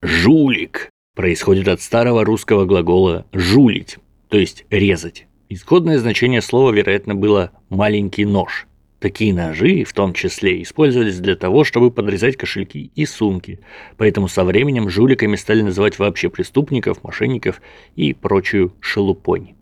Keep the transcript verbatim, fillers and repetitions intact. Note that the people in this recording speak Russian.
Жулик происходит от старого русского глагола «жулить», то есть резать. Исходное значение слова, вероятно, было «маленький нож». Такие ножи, в том числе, использовались для того, чтобы подрезать кошельки и сумки. Поэтому со временем жуликами стали называть вообще преступников, мошенников и прочую шелупонь.